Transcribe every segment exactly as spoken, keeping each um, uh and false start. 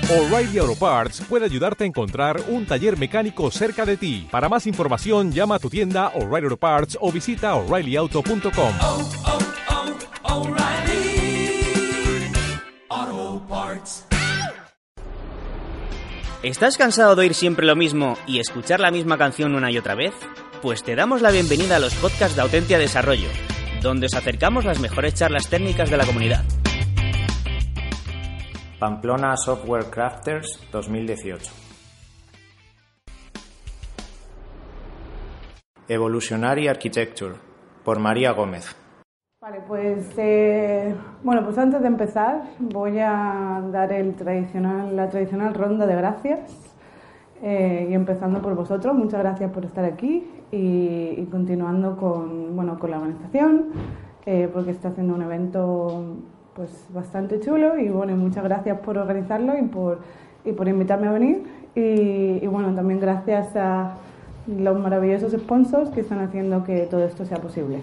O'Reilly Auto Parts puede ayudarte a encontrar un taller mecánico cerca de ti. Para más información, llama a tu tienda O'Reilly Auto Parts o visita O'Reilly Auto punto com. Oh, oh, oh, O'Reilly Auto Parts. ¿Estás cansado de oír siempre lo mismo y escuchar la misma canción una y otra vez? Pues te damos la bienvenida a los podcasts de Autentia Desarrollo, donde os acercamos las mejores charlas técnicas de la comunidad. Pamplona Software Crafters dos mil dieciocho. Evolutionary Architecture, por María Gómez. Vale, pues eh, bueno, pues antes de empezar voy a dar el tradicional, la tradicional ronda de gracias eh, y empezando por vosotros. Muchas gracias por estar aquí y, y continuando con, bueno, con la organización eh, porque está haciendo un evento pues bastante chulo y bueno, muchas gracias por organizarlo y por, y por invitarme a venir y, y bueno, también gracias a los maravillosos sponsors que están haciendo que todo esto sea posible.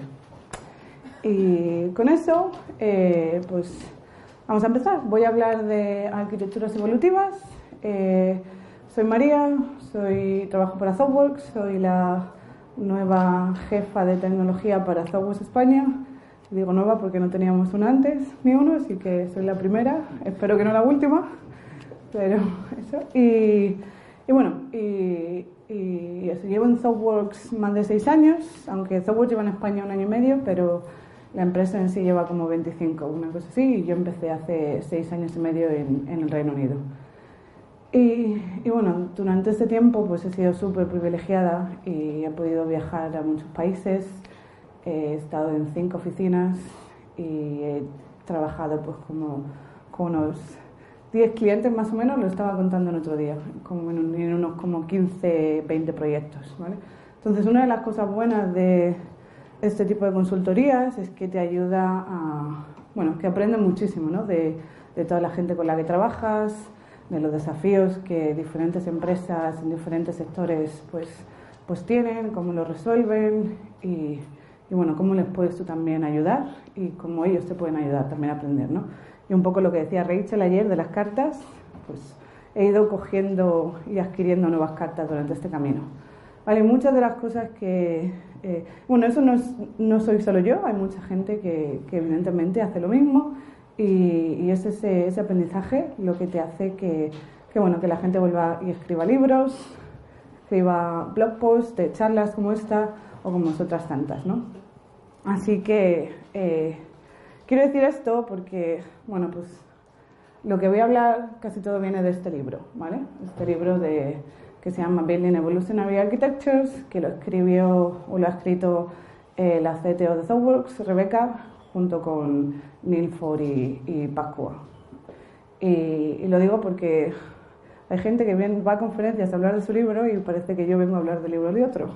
Y con eso, eh, pues vamos a empezar. Voy a hablar de arquitecturas evolutivas. Eh, soy María, soy, trabajo para ThoughtWorks, soy la nueva jefa de tecnología para ThoughtWorks España. Digo nueva porque no teníamos una antes ni uno, así que soy la primera. Espero que no la última, pero eso. Y, y bueno, y, y eso. Llevo en ThoughtWorks más de seis años, aunque ThoughtWorks lleva en España un año y medio, pero la empresa en sí lleva como veinticinco, una cosa así, y yo empecé hace seis años y medio en, en el Reino Unido. Y, y bueno, durante este tiempo pues he sido súper privilegiada y he podido viajar a muchos países, he estado en cinco oficinas y he trabajado pues como con unos diez clientes más o menos, lo estaba contando en otro día, como en, un, en unos como quince, veinte proyectos, ¿vale? Entonces una de las cosas buenas de este tipo de consultorías es que te ayuda a, bueno, que aprendes muchísimo, ¿no? De, de toda la gente con la que trabajas, de los desafíos que diferentes empresas en diferentes sectores pues, pues tienen, cómo lo resuelven y, y bueno, cómo les puedes tú también ayudar y cómo ellos te pueden ayudar también a aprender, ¿no? Y un poco lo que decía Rachel ayer de las cartas, pues he ido cogiendo y adquiriendo nuevas cartas durante este camino. Vale, muchas de las cosas que... Eh, bueno, eso no, es, no soy solo yo, hay mucha gente que, que evidentemente hace lo mismo y, y es ese, ese aprendizaje lo que te hace que, que, bueno, que la gente vuelva y escriba libros, escriba blog posts de charlas como esta o como otras tantas, ¿no? Así que eh, quiero decir esto porque, bueno, pues lo que voy a hablar casi todo viene de este libro, ¿vale? Este libro de... que se llama Building Evolutionary Architectures, que lo escribió o lo ha escrito eh, la C T O de ThoughtWorks, Rebeca, junto con Neil Ford y, y Pascua. Y, y lo digo porque hay gente que viene, va a conferencias a hablar de su libro y parece que yo vengo a hablar del libro de otro.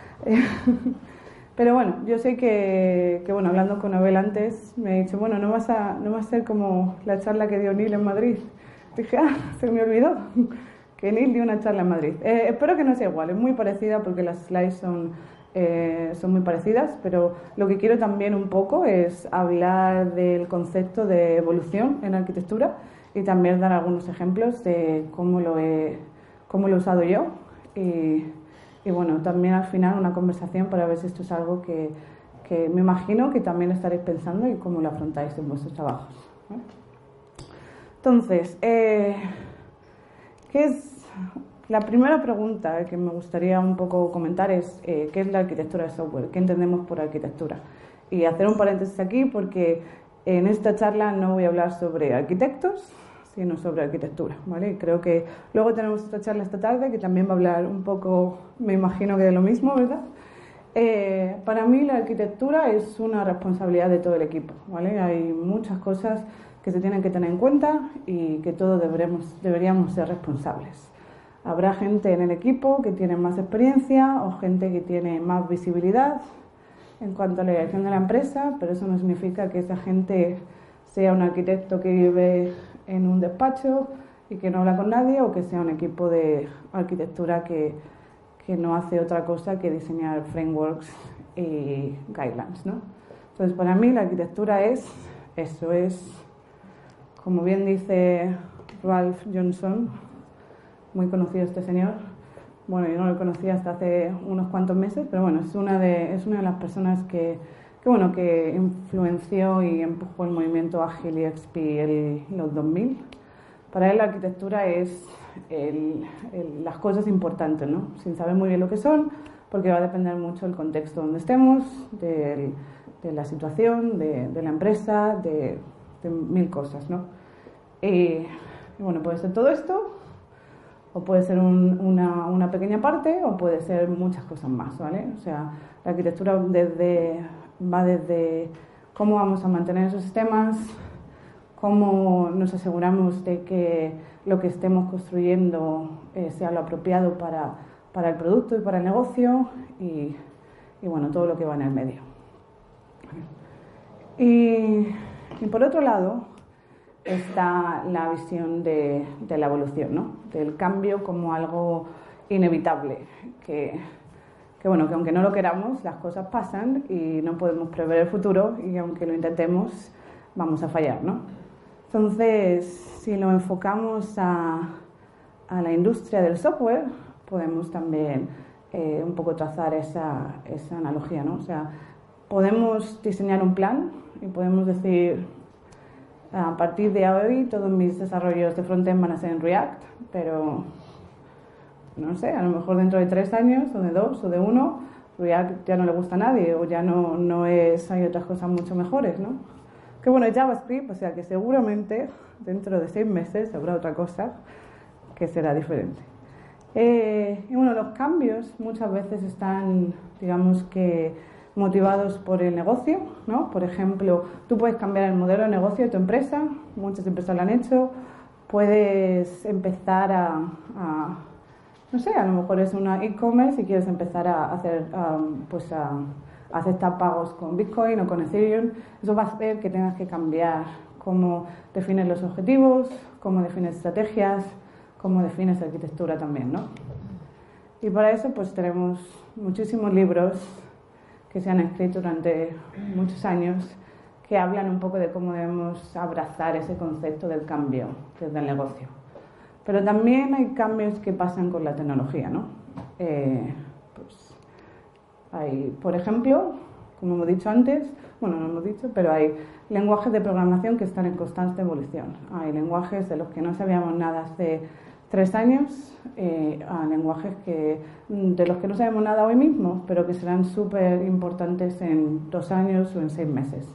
Pero bueno, yo sé que, que bueno, hablando con Abel antes, me ha dicho, bueno, no vas a, no va a ser como la charla que dio Neil en Madrid. Dije, ah, se me olvidó que Neil dio una charla en Madrid. Eh, espero que no sea igual, es muy parecida porque las slides son, eh, son muy parecidas, pero lo que quiero también un poco es hablar del concepto de evolución en arquitectura y también dar algunos ejemplos de cómo lo he, cómo lo he usado yo y, y bueno, también al final una conversación para ver si esto es algo que, que me imagino que también estaréis pensando y cómo lo afrontáis en vuestros trabajos, ¿vale? Entonces, eh, ¿qué es? La primera pregunta que me gustaría un poco comentar es eh, ¿qué es la arquitectura de software? ¿Qué entendemos por arquitectura? Y hacer un paréntesis aquí porque en esta charla no voy a hablar sobre arquitectos, sino sobre arquitectura, ¿vale? Y creo que luego tenemos otra charla esta tarde que también va a hablar un poco, me imagino que de lo mismo, ¿verdad? Eh, para mí la arquitectura es una responsabilidad de todo el equipo, ¿vale? Hay muchas cosas que se tienen que tener en cuenta y que todos deberemos, deberíamos ser responsables. Habrá gente en el equipo que tiene más experiencia o gente que tiene más visibilidad en cuanto a la dirección de la empresa, pero eso no significa que esa gente sea un arquitecto que vive en un despacho y que no habla con nadie o que sea un equipo de arquitectura que, que no hace otra cosa que diseñar frameworks y guidelines, ¿no? Entonces, para mí la arquitectura es eso, es, como bien dice Ralph Johnson, muy conocido este señor. Bueno, yo no lo conocía hasta hace unos cuantos meses, pero bueno, es una de, es una de las personas que, que, bueno, que influenció y empujó el movimiento Agile y X P en los dos mil. Para él la arquitectura es el, el, las cosas importantes, ¿no? Sin saber muy bien lo que son, porque va a depender mucho del contexto donde estemos, de, de la situación, de, de la empresa, de, de mil cosas, ¿no? Y, y bueno, puede ser todo esto, o puede ser un, una, una pequeña parte, o puede ser muchas cosas más, ¿vale? O sea, la arquitectura desde, va desde cómo vamos a mantener esos sistemas, cómo nos aseguramos de que lo que estemos construyendo eh, sea lo apropiado para, para el producto y para el negocio, y, y bueno, todo lo que va en el medio. Y, y por otro lado está la visión de, de la evolución, ¿no? Del cambio como algo inevitable, que, que bueno, que aunque no lo queramos, las cosas pasan y no podemos prever el futuro, y aunque lo intentemos, vamos a fallar, ¿no? Entonces, si lo enfocamos a, a la industria del software, podemos también eh, un poco trazar esa, esa analogía, ¿no? O sea, podemos diseñar un plan y podemos decir, a partir de hoy todos mis desarrollos de frontend van a ser en React, pero no sé, a lo mejor dentro de tres años o de dos o de uno, React ya no le gusta a nadie, o ya no, no es, hay otras cosas mucho mejores, ¿no? Que bueno, es JavaScript, o sea que seguramente dentro de seis meses habrá otra cosa que será diferente. Eh, y bueno, los cambios muchas veces están, digamos que, motivados por el negocio, ¿no? Por ejemplo, tú puedes cambiar el modelo de negocio de tu empresa, muchas empresas lo han hecho, puedes empezar a, a no sé, a lo mejor es una e-commerce y quieres empezar a hacer, um, pues a, a aceptar pagos con Bitcoin o con Ethereum. Eso va a hacer que tengas que cambiar cómo defines los objetivos, cómo defines estrategias, cómo defines arquitectura también, ¿no? Y para eso pues tenemos muchísimos libros que se han escrito durante muchos años que hablan un poco de cómo debemos abrazar ese concepto del cambio desde el negocio. Pero también hay cambios que pasan con la tecnología, ¿no? Eh, pues hay, por ejemplo, como hemos dicho antes, bueno, no hemos dicho, pero hay lenguajes de programación que están en constante evolución. Hay lenguajes de los que no sabíamos nada hace tres años, eh, a lenguajes que, de los que no sabemos nada hoy mismo, pero que serán súper importantes en dos años o en seis meses.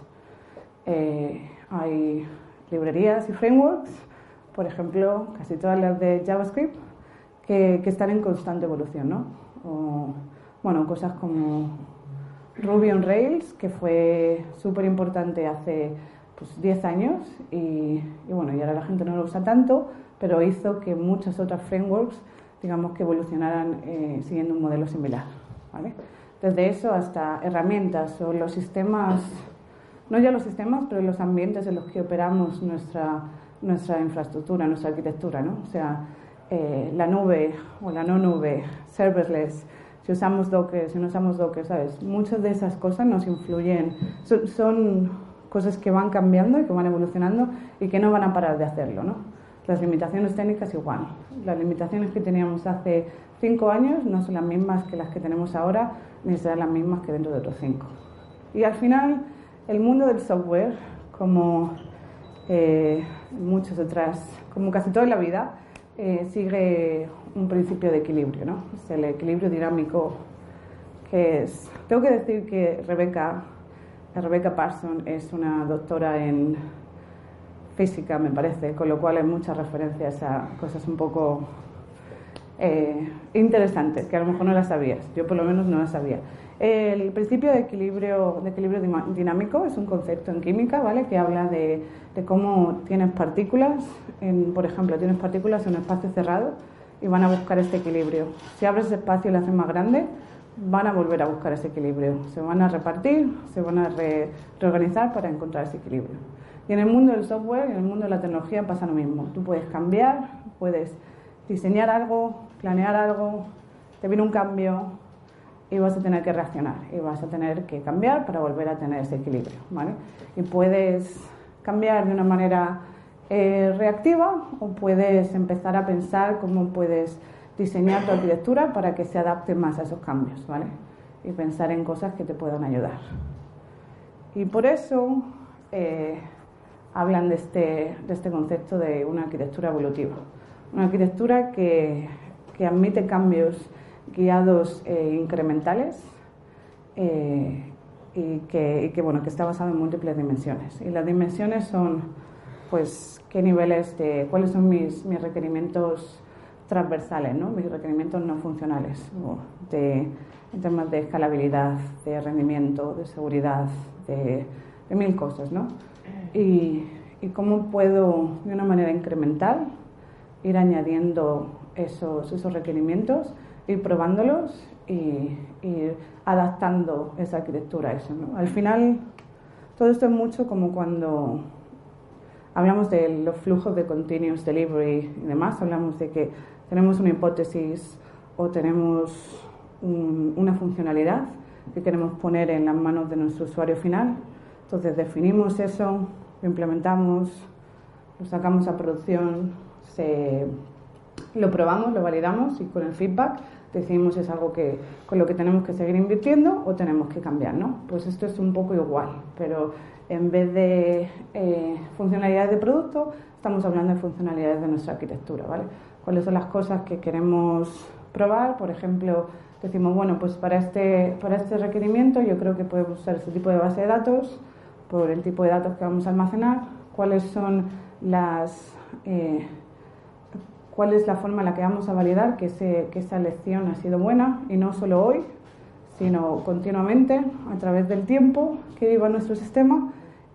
Eh, hay librerías y frameworks, por ejemplo, casi todas las de JavaScript, que, que están en constante evolución, ¿no? O, bueno, cosas como Ruby on Rails, que fue súper importante hace pues, diez años, y, y bueno, y ahora la gente no lo usa tanto, pero hizo que muchas otras frameworks, digamos, que evolucionaran eh, siguiendo un modelo similar, ¿vale? Desde eso hasta herramientas o los sistemas, no ya los sistemas, pero los ambientes en los que operamos nuestra, nuestra infraestructura, nuestra arquitectura, ¿no? O sea, eh, la nube o la no nube, serverless, si usamos Docker, si no usamos Docker, ¿sabes? Muchas de esas cosas nos influyen, son, son cosas que van cambiando y que van evolucionando y que no van a parar de hacerlo, ¿no? Las limitaciones técnicas igual. Las limitaciones que teníamos hace cinco años no son las mismas que las que tenemos ahora, ni serán las mismas que dentro de otros cinco. Y al final, el mundo del software, como eh, muchas otras, como casi toda la vida, eh, sigue un principio de equilibrio, ¿no? Es el equilibrio dinámico, que es... Tengo que decir que Rebecca, Rebecca Parsons es una doctora en física, me parece, con lo cual hay muchas referencias a cosas un poco eh, interesantes, que a lo mejor no las sabías. Yo por lo menos no las sabía. El principio de equilibrio, de equilibrio dinámico es un concepto en química, ¿vale? Que habla de, de cómo tienes partículas, en, por ejemplo, tienes partículas en un espacio cerrado y van a buscar este equilibrio. Si abres ese espacio y lo haces más grande, van a volver a buscar ese equilibrio. Se van a repartir, se van a re, reorganizar para encontrar ese equilibrio. Y en el mundo del software, en el mundo de la tecnología pasa lo mismo. Tú puedes cambiar, puedes diseñar algo, planear algo, te viene un cambio y vas a tener que reaccionar y vas a tener que cambiar para volver a tener ese equilibrio, ¿vale? Y puedes cambiar de una manera eh, reactiva, o puedes empezar a pensar cómo puedes diseñar tu arquitectura para que se adapte más a esos cambios, ¿vale? Y pensar en cosas que te puedan ayudar. Y por eso eh, hablan de este, de este concepto de una arquitectura evolutiva. Una arquitectura que, que admite cambios guiados e incrementales eh, y, que, y que, bueno, que está basado en múltiples dimensiones. Y las dimensiones son, pues, qué niveles de, cuáles son mis, mis requerimientos transversales, ¿no? Mis requerimientos no funcionales, o de, en temas de escalabilidad, de rendimiento, de seguridad, de, de mil cosas, ¿no? Y, y cómo puedo, de una manera incremental, ir añadiendo esos, esos requerimientos, ir probándolos y ir adaptando esa arquitectura a eso, ¿no? Al final, todo esto es mucho como cuando hablamos de los flujos de continuous delivery y demás, hablamos de que tenemos una hipótesis o tenemos un, una funcionalidad que queremos poner en las manos de nuestro usuario final. Entonces definimos eso, lo implementamos, lo sacamos a producción, se, lo probamos, lo validamos y con el feedback decidimos si es algo que, con lo que tenemos que seguir invirtiendo o tenemos que cambiar, ¿no? Pues esto es un poco igual, pero en vez de eh, funcionalidades de producto, estamos hablando de funcionalidades de nuestra arquitectura, ¿vale? ¿Cuáles son las cosas que queremos probar? Por ejemplo, decimos, bueno, pues para este, para este requerimiento yo creo que podemos usar este tipo de base de datos por el tipo de datos que vamos a almacenar. ¿Cuáles son las... Eh, cuál es la forma en la que vamos a validar que, ese, que esa elección ha sido buena, y no solo hoy, sino continuamente, a través del tiempo que viva nuestro sistema,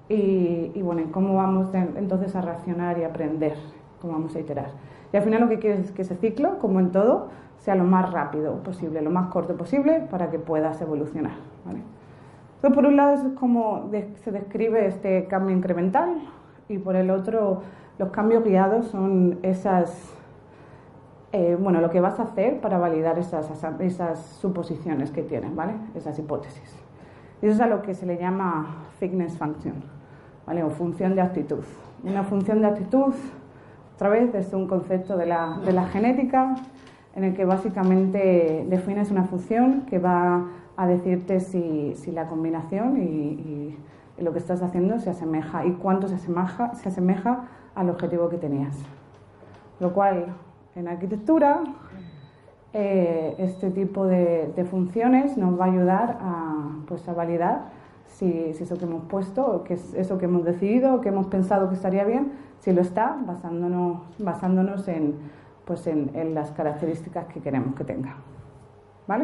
y, y bueno, cómo vamos de, entonces a reaccionar y aprender, cómo vamos a iterar. Y al final lo que quieres es que ese ciclo, como en todo, sea lo más rápido posible, lo más corto posible, para que puedas evolucionar, ¿vale? Entonces, por un lado, eso es como de, se describe este cambio incremental, y por el otro, los cambios guiados son esas... Eh, bueno, lo que vas a hacer para validar esas, esas suposiciones que tienes, ¿vale? Esas hipótesis. Y eso es a lo que se le llama fitness function, ¿vale? O función de actitud. Una función de actitud, otra vez, es un concepto de la, de la genética, en el que básicamente defines una función que va a decirte si, si la combinación y, y lo que estás haciendo se asemeja, y cuánto se asemeja, se asemeja al objetivo que tenías. Lo cual... En arquitectura, eh, este tipo de, de funciones nos va a ayudar a, pues, a validar si, si eso que hemos puesto, que es eso que hemos decidido, que hemos pensado que estaría bien, si lo está, basándonos, basándonos en, pues en, en las características que queremos que tenga. ¿Vale?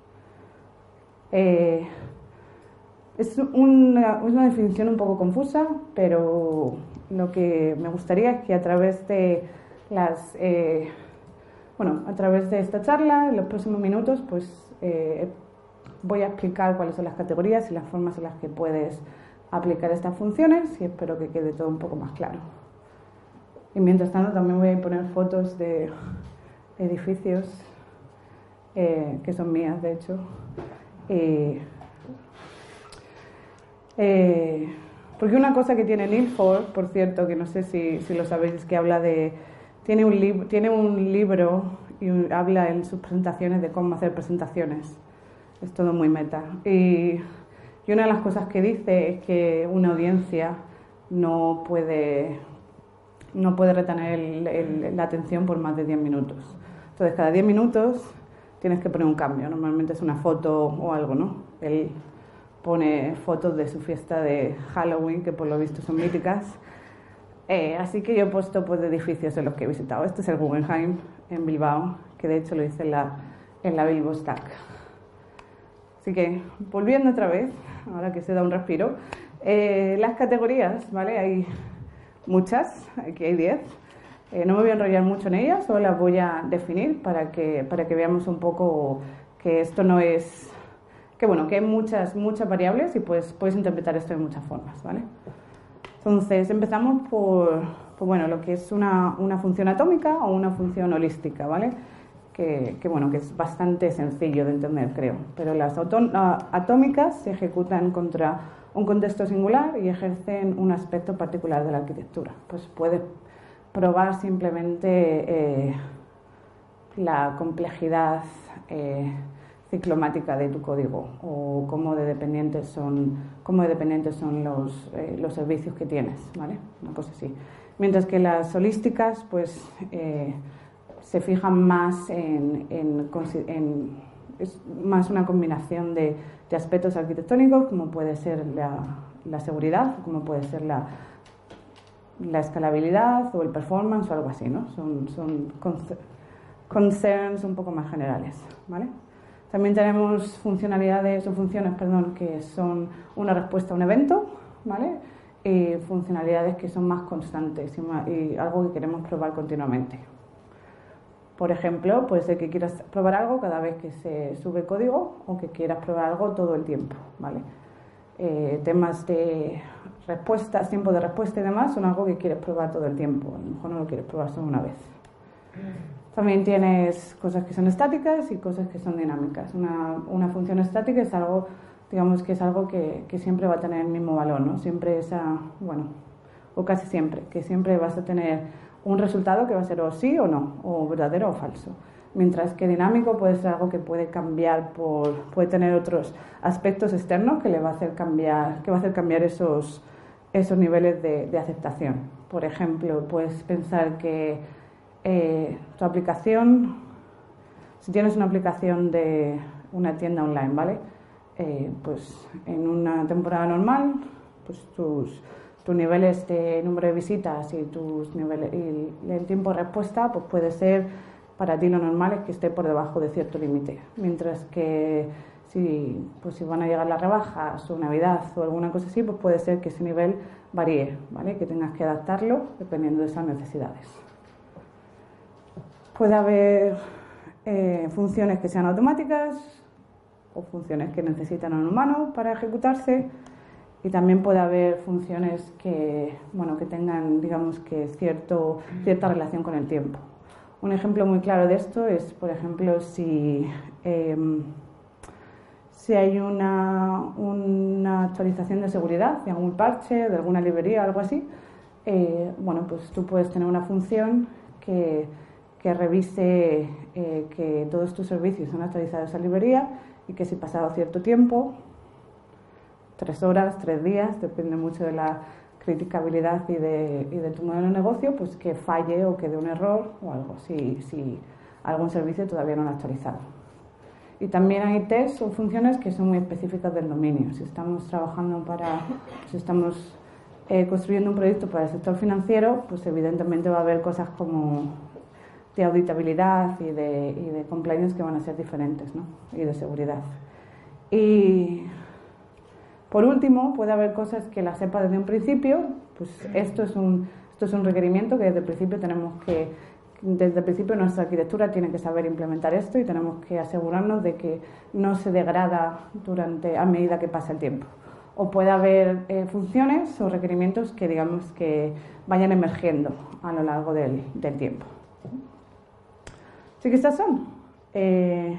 Eh, es una, una definición un poco confusa, pero lo que me gustaría es que a través de Las, eh, bueno, a través de esta charla, en los próximos minutos, pues eh, voy a explicar cuáles son las categorías y las formas en las que puedes aplicar estas funciones, y espero que quede todo un poco más claro. Y mientras tanto también voy a poner fotos de edificios eh, que son mías, de hecho. Y, eh, porque una cosa que tiene Neil Ford, por cierto, que no sé si, si lo sabéis, es que habla de... Tiene un, lib- tiene un libro y un, habla en sus presentaciones de cómo hacer presentaciones. Es todo muy meta. Y, y una de las cosas que dice es que una audiencia no puede, no puede retener el, el, la atención por más de diez minutos. Entonces, cada diez minutos tienes que poner un cambio. Normalmente es una foto o algo, ¿no? Él pone fotos de su fiesta de Halloween, que por lo visto son míticas. Eh, así que yo he puesto, pues, de edificios en los que he visitado. Este es el Guggenheim en Bilbao, que de hecho lo hice en la, en la Bilbo Stack. Así que, volviendo otra vez, ahora que se da un respiro, eh, las categorías, ¿vale? Hay muchas, aquí hay diez. Eh, no me voy a enrollar mucho en ellas, solo las voy a definir para que, para que veamos un poco que esto no es... Que bueno, que hay muchas, muchas variables y pues puedes interpretar esto de muchas formas, ¿vale? Entonces, empezamos por, por bueno, lo que es una, una función atómica o una función holística, ¿vale? Que que, que, bueno, que es bastante sencillo de entender, creo. Pero las atómicas se ejecutan contra un contexto singular y ejercen un aspecto particular de la arquitectura. Pues puedes probar simplemente eh, la complejidad eh, ciclomática de tu código o cómo de dependientes son, cómo de dependientes son los, eh, los servicios que tienes, ¿vale? Una cosa así. Mientras que las holísticas, pues, eh, se fijan más en, en, en es más una combinación de, de aspectos arquitectónicos, como puede ser la, la seguridad, como puede ser la, la escalabilidad o el performance o algo así, ¿no? Son, son concerns un poco más generales, ¿vale? También tenemos funcionalidades o funciones, perdón, que son una respuesta a un evento, ¿vale? Y funcionalidades que son más constantes y, más, y algo que queremos probar continuamente. Por ejemplo, puede ser que quieras probar algo cada vez que se sube código o que quieras probar algo todo el tiempo, ¿vale? Eh, temas de respuestas, tiempo de respuesta y demás son algo que quieres probar todo el tiempo, a lo mejor no lo quieres probar solo una vez. También tienes cosas que son estáticas y cosas que son dinámicas. Una, una función estática es algo, digamos que es algo que, que siempre va a tener el mismo valor, ¿no? Siempre esa, bueno, o casi siempre, que siempre vas a tener un resultado que va a ser o sí o no, o verdadero o falso. Mientras que dinámico puede ser algo que puede cambiar por, puede tener otros aspectos externos que le va a hacer cambiar, que va a hacer cambiar esos, esos niveles de, de aceptación. Por ejemplo, puedes pensar que eh, tu aplicación, si tienes una aplicación de una tienda online, ¿vale? Eh, pues en una temporada normal, pues tus tus niveles de número de visitas y tus niveles y el tiempo de respuesta, pues puede ser, para ti lo normal es que esté por debajo de cierto límite, mientras que si, pues si van a llegar las rebajas o Navidad o alguna cosa así, pues puede ser que ese nivel varíe, ¿vale? Que tengas que adaptarlo dependiendo de esas necesidades. Puede haber eh, funciones que sean automáticas o funciones que necesitan a un humano para ejecutarse. Y también puede haber funciones que, bueno, que tengan, digamos, que cierto, cierta relación con el tiempo. Un ejemplo muy claro de esto es, por ejemplo, si, eh, si hay una, una actualización de seguridad de algún parche, de alguna librería, algo así, eh, bueno, pues tú puedes tener una función que, que revise eh, que todos tus servicios han actualizado esa librería y que si pasado cierto tiempo, tres horas, tres días, depende mucho de la criticabilidad y de, y de tu modelo de negocio, pues que falle o que dé un error o algo, si, si algún servicio todavía no lo ha actualizado. Y también hay tests o funciones que son muy específicas del dominio. Si estamos trabajando para, si estamos eh, construyendo un proyecto para el sector financiero, pues evidentemente va a haber cosas como de auditabilidad y de, y de compliance que van a ser diferentes, ¿no? Y de seguridad. Y por último, puede haber cosas que las sepa desde un principio, pues esto es un, esto es un requerimiento que desde el principio tenemos que, desde el principio nuestra arquitectura tiene que saber implementar esto y tenemos que asegurarnos de que no se degrada durante, a medida que pasa el tiempo. O puede haber eh, funciones o requerimientos que digamos que vayan emergiendo a lo largo del, del tiempo. Así que estas son. Eh,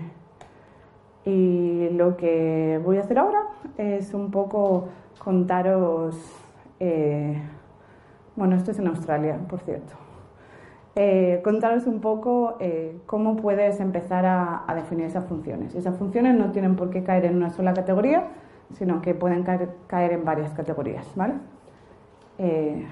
Y lo que voy a hacer ahora es un poco contaros, eh, bueno, esto es en Australia, por cierto, eh, contaros un poco eh, cómo puedes empezar a, a definir esas funciones. Esas funciones no tienen por qué caer en una sola categoría, sino que pueden caer, caer en varias categorías, ¿vale? Eh,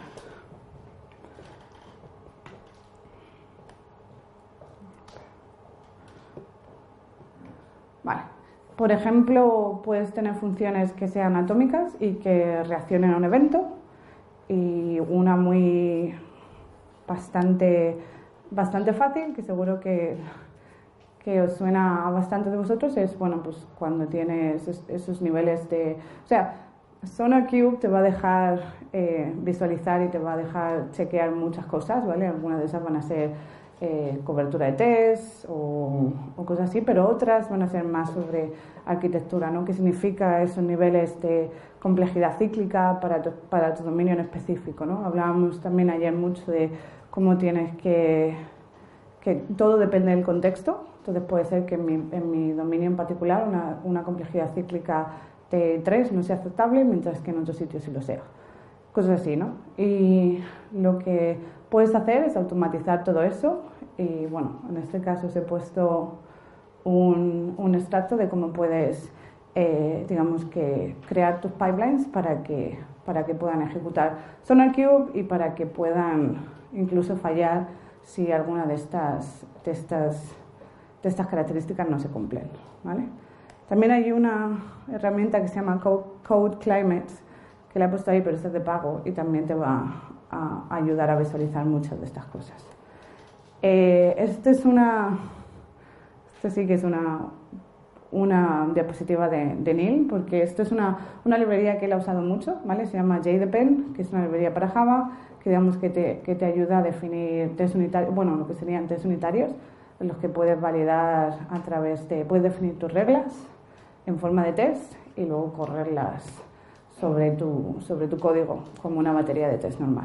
Vale. Por ejemplo, puedes tener funciones que sean atómicas y que reaccionen a un evento, y una muy bastante, bastante fácil, que seguro que, que os suena a bastante de vosotros, es bueno, pues cuando tienes esos, esos niveles de... O sea, SonarQube te va a dejar eh, visualizar y te va a dejar chequear muchas cosas, ¿vale? Algunas de esas van a ser Eh, cobertura de test o, o cosas así, pero otras van a ser más sobre arquitectura, ¿no? ¿Qué significa esos niveles de complejidad cíclica para tu, para tu dominio en específico, ¿no? Hablábamos también ayer mucho de cómo tienes que que todo depende del contexto. Entonces puede ser que en mi, en mi dominio en particular una, una complejidad cíclica de tres no sea aceptable, mientras que en otros sitios sí lo sea. Cosas así, ¿no? Y lo que puedes hacer es automatizar todo eso. Y bueno, en este caso os he puesto un, un extracto de cómo puedes, eh, digamos que, crear tus pipelines para que, para que puedan ejecutar SonarQube y para que puedan incluso fallar si alguna de estas, de estas, de estas características no se cumplen, ¿vale? También hay una herramienta que se llama Code Climate, que la he puesto ahí, pero esta es de pago y también te va a ayudar a visualizar muchas de estas cosas. Eh, este es una, esto sí que es una, una diapositiva de, de Neil, porque esto es una, una librería que él ha usado mucho, ¿vale? Se llama JDepend, que es una librería para Java, que digamos que te, que te ayuda a definir test unitarios, bueno, lo que serían test unitarios, en los que puedes validar a través de, puedes definir tus reglas en forma de test y luego correrlas sobre tu, sobre tu código como una batería de test normal.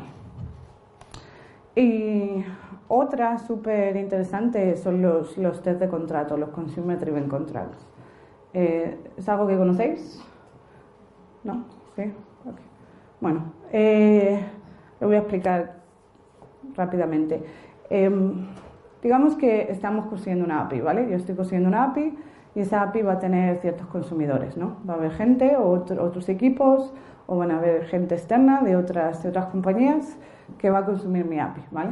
Y otra súper interesante son los, los test de contrato, los Consumer Driven Contracts. Eh, ¿Es algo que conocéis? ¿No? ¿Sí? Okay. Bueno, eh, lo voy a explicar rápidamente. Eh, digamos que estamos construyendo una A P I, ¿vale? Yo estoy construyendo una A P I y esa A P I va a tener ciertos consumidores, ¿no? Va a haber gente o otro, otros equipos o van a haber gente externa de otras, de otras compañías que va a consumir mi A P I, ¿vale?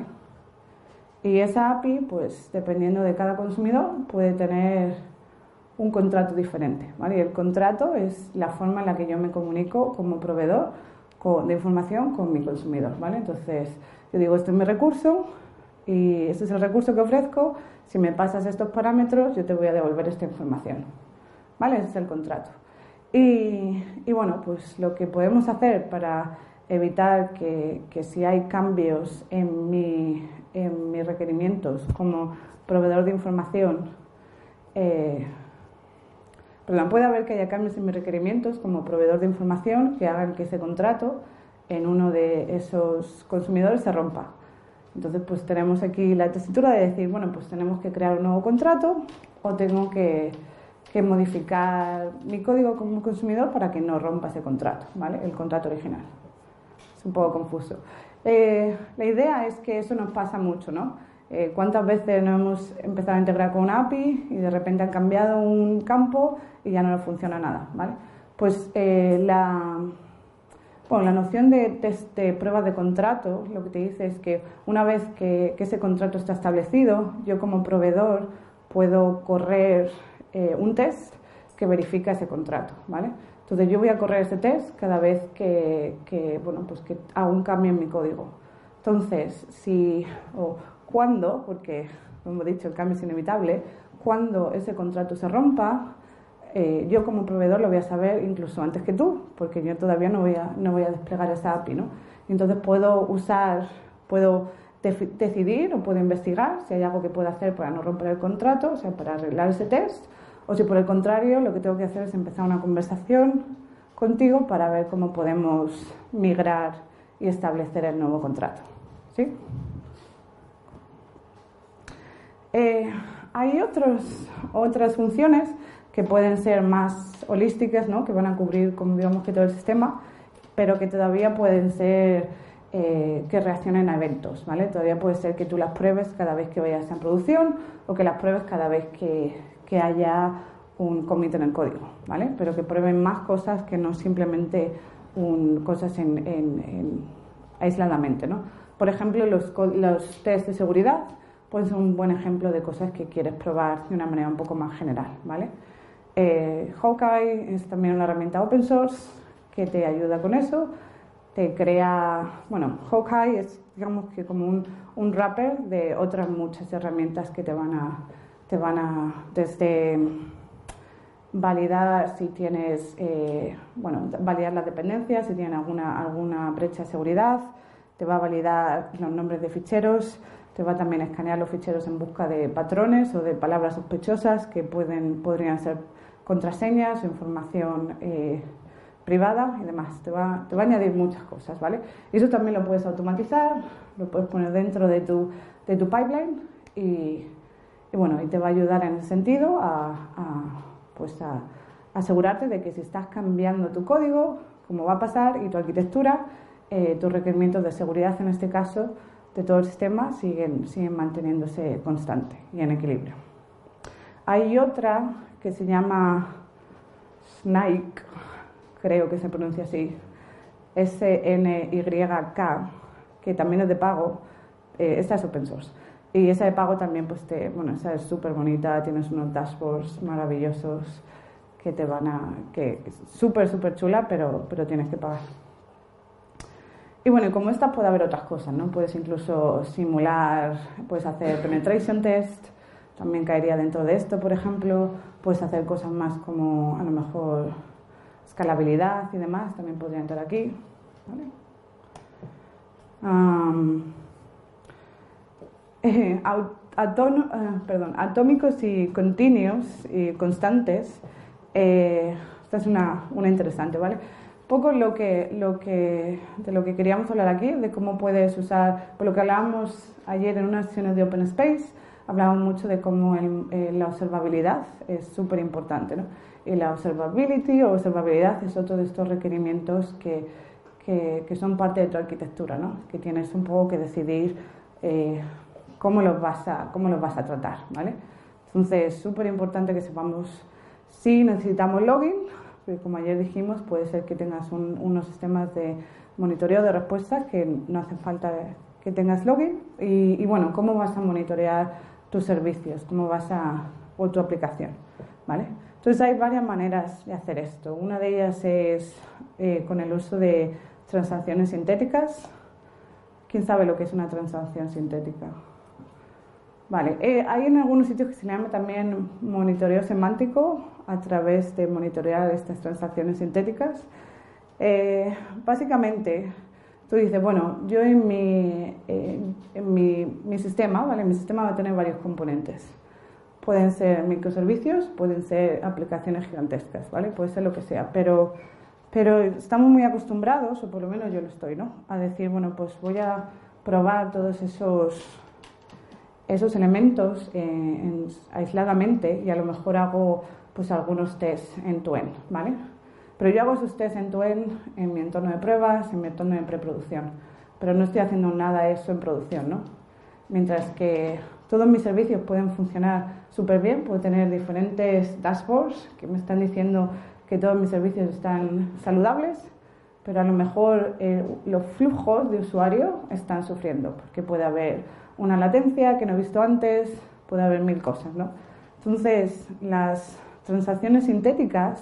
Y esa A P I, pues dependiendo de cada consumidor, puede tener un contrato diferente, ¿vale? Y el contrato es la forma en la que yo me comunico como proveedor con, de información con mi consumidor, ¿vale? Entonces, yo digo, este es mi recurso y este es el recurso que ofrezco. Si me pasas estos parámetros, yo te voy a devolver esta información, ¿vale? Ese es el contrato. Y, y bueno, pues lo que podemos hacer para evitar que, que si hay cambios en, mi, en mis requerimientos como proveedor de información, eh, perdón, puede haber que haya cambios en mis requerimientos como proveedor de información que hagan que ese contrato en uno de esos consumidores se rompa. Entonces, pues tenemos aquí la tesitura de decir, bueno, pues tenemos que crear un nuevo contrato o tengo que, que modificar mi código como consumidor para que no rompa ese contrato, ¿vale? El contrato original. Es un poco confuso. Eh, la idea es que eso nos pasa mucho, ¿no? Eh, ¿Cuántas veces nos hemos empezado a integrar con una A P I y de repente han cambiado un campo y ya no nos funciona nada, ¿vale? Pues eh, la... Bueno, la noción de test de pruebas de contrato lo que te dice es que una vez que, que ese contrato está establecido, yo como proveedor puedo correr eh, un test que verifica ese contrato, ¿vale? Entonces yo voy a correr ese test cada vez que, que, bueno, pues que hago un cambio en mi código. Entonces, si o cuando, porque como he dicho el cambio es inevitable, cuando ese contrato se rompa, Eh, yo como proveedor lo voy a saber incluso antes que tú, porque yo todavía no voy a, no voy a desplegar esa A P I, ¿no? Entonces puedo usar, puedo decidir o puedo investigar si hay algo que pueda hacer para no romper el contrato, o sea, para arreglar ese test, o si por el contrario lo que tengo que hacer es empezar una conversación contigo para ver cómo podemos migrar y establecer el nuevo contrato, ¿sí? Eh, hay otros, otras funciones que pueden ser más holísticas, ¿no? Que van a cubrir, como digamos, que todo el sistema, pero que todavía pueden ser eh, que reaccionen a eventos, ¿vale? Todavía puede ser que tú las pruebes cada vez que vayas en producción o que las pruebes cada vez que, que haya un commit en el código, ¿vale? Pero que prueben más cosas que no simplemente un, cosas en, en, en aisladamente, ¿no? Por ejemplo, los, los test de seguridad pueden ser un buen ejemplo de cosas que quieres probar de una manera un poco más general, ¿vale? Eh, Hawkeye es también una herramienta open source que te ayuda con eso. Te crea, bueno, Hawkeye es, digamos, que como un, un wrapper de otras muchas herramientas que te van a, te van a desde validar si tienes, eh, bueno, validar las dependencias, si tienen alguna, alguna brecha de seguridad, te va a validar los nombres de ficheros, te va también a escanear los ficheros en busca de patrones o de palabras sospechosas que pueden, podrían ser contraseñas o información eh, privada y demás. Te va, te va a añadir muchas cosas, ¿vale? Y eso también lo puedes automatizar, lo puedes poner dentro de tu, de tu pipeline y, y bueno, y te va a ayudar en ese sentido a, a, pues a asegurarte de que si estás cambiando tu código, como va a pasar, y tu arquitectura, eh, tus requerimientos de seguridad en este caso de todo el sistema siguen, siguen manteniéndose constante y en equilibrio. Hay otra que se llama Snake, creo que se pronuncia así, S N Y K, que también es de pago. Eh, esta es open source. Y esa de pago también, pues te, bueno, esa es súper bonita, tienes unos dashboards maravillosos que te van a, que es súper, súper chula, pero, pero tienes que pagar. Y bueno, y como esta puede haber otras cosas, ¿no? Puedes incluso simular, puedes hacer penetration test, también caería dentro de esto, por ejemplo. Puedes hacer cosas más como, a lo mejor, escalabilidad y demás, también podría entrar aquí, ¿vale? Um, eh, atono, uh, perdón, atómicos y continuos y constantes. Eh, esta es una, una interesante, ¿vale? Poco lo que, lo que, de lo que queríamos hablar aquí, de cómo puedes usar, por lo que hablábamos ayer en unas sesiones de Open Space, hablábamos mucho de cómo el, eh, la observabilidad es súper importante, ¿no? Y la observability o observabilidad es otro de estos requerimientos que, que, que son parte de tu arquitectura, ¿no? Que tienes un poco que decidir eh, cómo los vas a, cómo los vas a tratar, ¿vale? Entonces, es súper importante que sepamos si necesitamos login, porque como ayer dijimos, puede ser que tengas un, unos sistemas de monitoreo de respuestas que no hace falta que tengas login. Y, y bueno, cómo vas a monitorear tus servicios, cómo vas a, o tu aplicación, ¿vale? Entonces hay varias maneras de hacer esto. Una de ellas es eh, con el uso de transacciones sintéticas. ¿Quién sabe lo que es una transacción sintética? Vale, eh, hay en algunos sitios que se llama también monitoreo semántico a través de monitorear estas transacciones sintéticas. Eh, básicamente, tú dices, bueno, yo en mi, eh, en mi, mi sistema, ¿vale? Mi sistema va a tener varios componentes. Pueden ser microservicios, pueden ser aplicaciones gigantescas, ¿vale? Puede ser lo que sea, pero, pero estamos muy acostumbrados, o por lo menos yo lo estoy, ¿no? A decir, bueno, pues voy a probar todos esos... esos elementos eh, en, aisladamente y a lo mejor hago pues algunos tests end-to-end, ¿vale? Pero yo hago esos tests end-to-end en mi entorno de pruebas, en mi entorno de preproducción, pero no estoy haciendo nada de eso en producción, ¿no? Mientras que todos mis servicios pueden funcionar súper bien, puedo tener diferentes dashboards que me están diciendo que todos mis servicios están saludables, pero a lo mejor eh, los flujos de usuario están sufriendo, porque puede haber una latencia que no he visto antes, puede haber mil cosas, ¿no? Entonces, las transacciones sintéticas,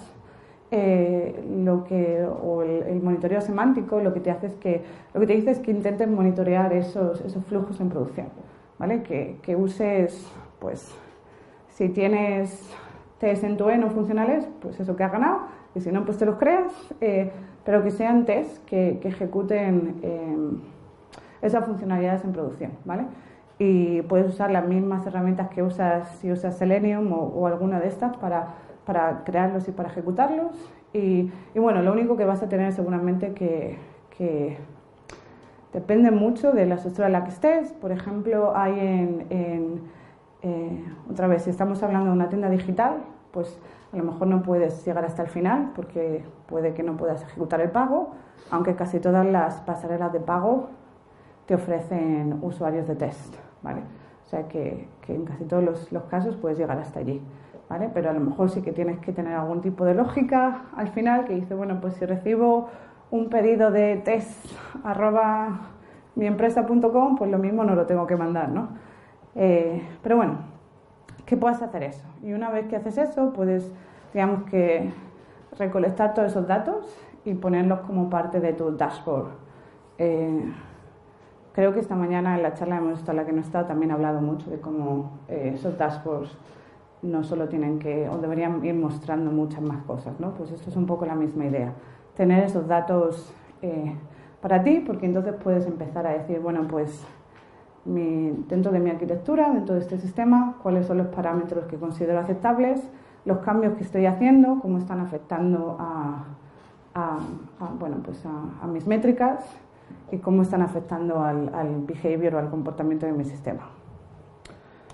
eh, lo que, o el, el monitoreo semántico, lo que te hace es que, lo que te dice es que intentes monitorear esos, esos flujos en producción, ¿vale? Que, que uses, pues, si tienes test end-to-end o funcionales, pues eso que has ganado, y si no, pues te los creas, eh, pero que sean tests que, que ejecuten eh, esas funcionalidades en producción, ¿vale? Y puedes usar las mismas herramientas que usas si usas Selenium o, o alguna de estas para, para crearlos y para ejecutarlos. Y, y bueno, lo único que vas a tener seguramente que, que depende mucho de la estructura en la que estés. Por ejemplo, hay en, en eh, otra vez, si estamos hablando de una tienda digital, pues a lo mejor no puedes llegar hasta el final porque puede que no puedas ejecutar el pago, aunque casi todas las pasarelas de pago te ofrecen usuarios de test, ¿vale? O sea que, que en casi todos los, los casos puedes llegar hasta allí, ¿vale? Pero a lo mejor sí que tienes que tener algún tipo de lógica al final que dice, bueno, pues si recibo un pedido de test arroba miempresa punto com, pues lo mismo no lo tengo que mandar, ¿no? Eh, pero bueno, que puedas hacer eso. Y una vez que haces eso, puedes, digamos que, recolectar todos esos datos y ponerlos como parte de tu dashboard. Eh, Creo que esta mañana en la charla hemos estado, la que no he estado, también he hablado mucho de cómo eh, esos dashboards no solo tienen que, o deberían ir mostrando muchas más cosas, ¿no? Pues esto es un poco la misma idea. Tener esos datos eh, para ti, porque entonces puedes empezar a decir, bueno, pues mi, dentro de mi arquitectura, dentro de este sistema, cuáles son los parámetros que considero aceptables, los cambios que estoy haciendo, cómo están afectando a, a, a, bueno, pues a, a mis métricas, y cómo están afectando al, al behavior o al comportamiento de mi sistema.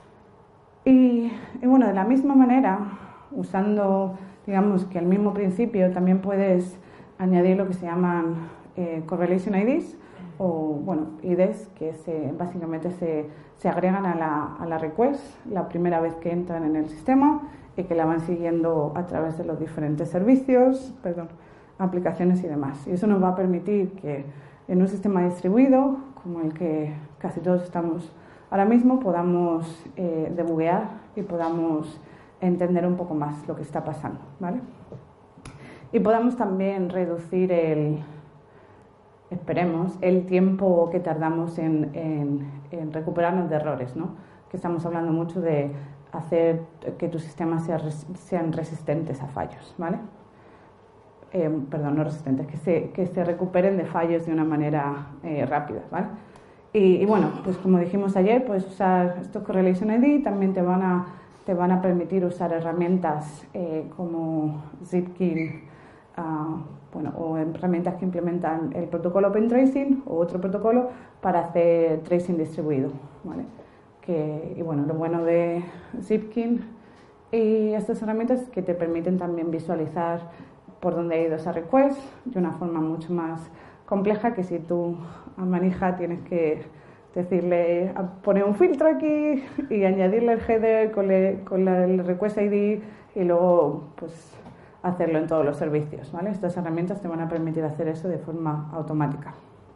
y bueno, de la misma manera, usando, digamos que el mismo principio, también puedes añadir lo que se llaman eh, Correlation I Ds, o bueno, I Ds que se, básicamente se, se agregan a la, a la request la primera vez que entran en el sistema y que la van siguiendo a través de los diferentes servicios, perdón, aplicaciones y demás. Y eso nos va a permitir que en un sistema distribuido, como el que casi todos estamos ahora mismo, podamos eh, debuguear y podamos entender un poco más lo que está pasando, ¿vale? Y podamos también reducir el, esperemos, el tiempo que tardamos en, en, en recuperarnos de errores, ¿no? Que estamos hablando mucho de hacer que tus sistemas sea, sean resistentes a fallos, ¿vale? Eh, perdón, no resistentes, que se, que se recuperen de fallos de una manera eh, rápida, ¿vale? Y, y bueno, pues como dijimos ayer, puedes usar estos Correlation I D, también te van a, te van a permitir usar herramientas eh, como Zipkin, uh, bueno, o herramientas que implementan el protocolo OpenTracing o otro protocolo para hacer tracing distribuido, ¿vale? Que, y bueno, lo bueno de Zipkin y estas herramientas es que te permiten también visualizar por dónde ha ido esa request de una forma mucho más compleja que si tú a manija tienes que decirle a poner un filtro aquí y añadirle el header con, le, con la, el request I D y luego pues hacerlo en todos los servicios, ¿vale? Estas herramientas te van a permitir hacer eso de forma automática.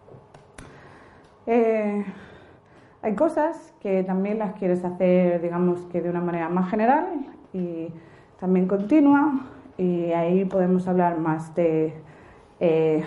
Eh, hay cosas que también las quieres hacer, digamos que de una manera más general y también continua. Y ahí podemos hablar más de, eh,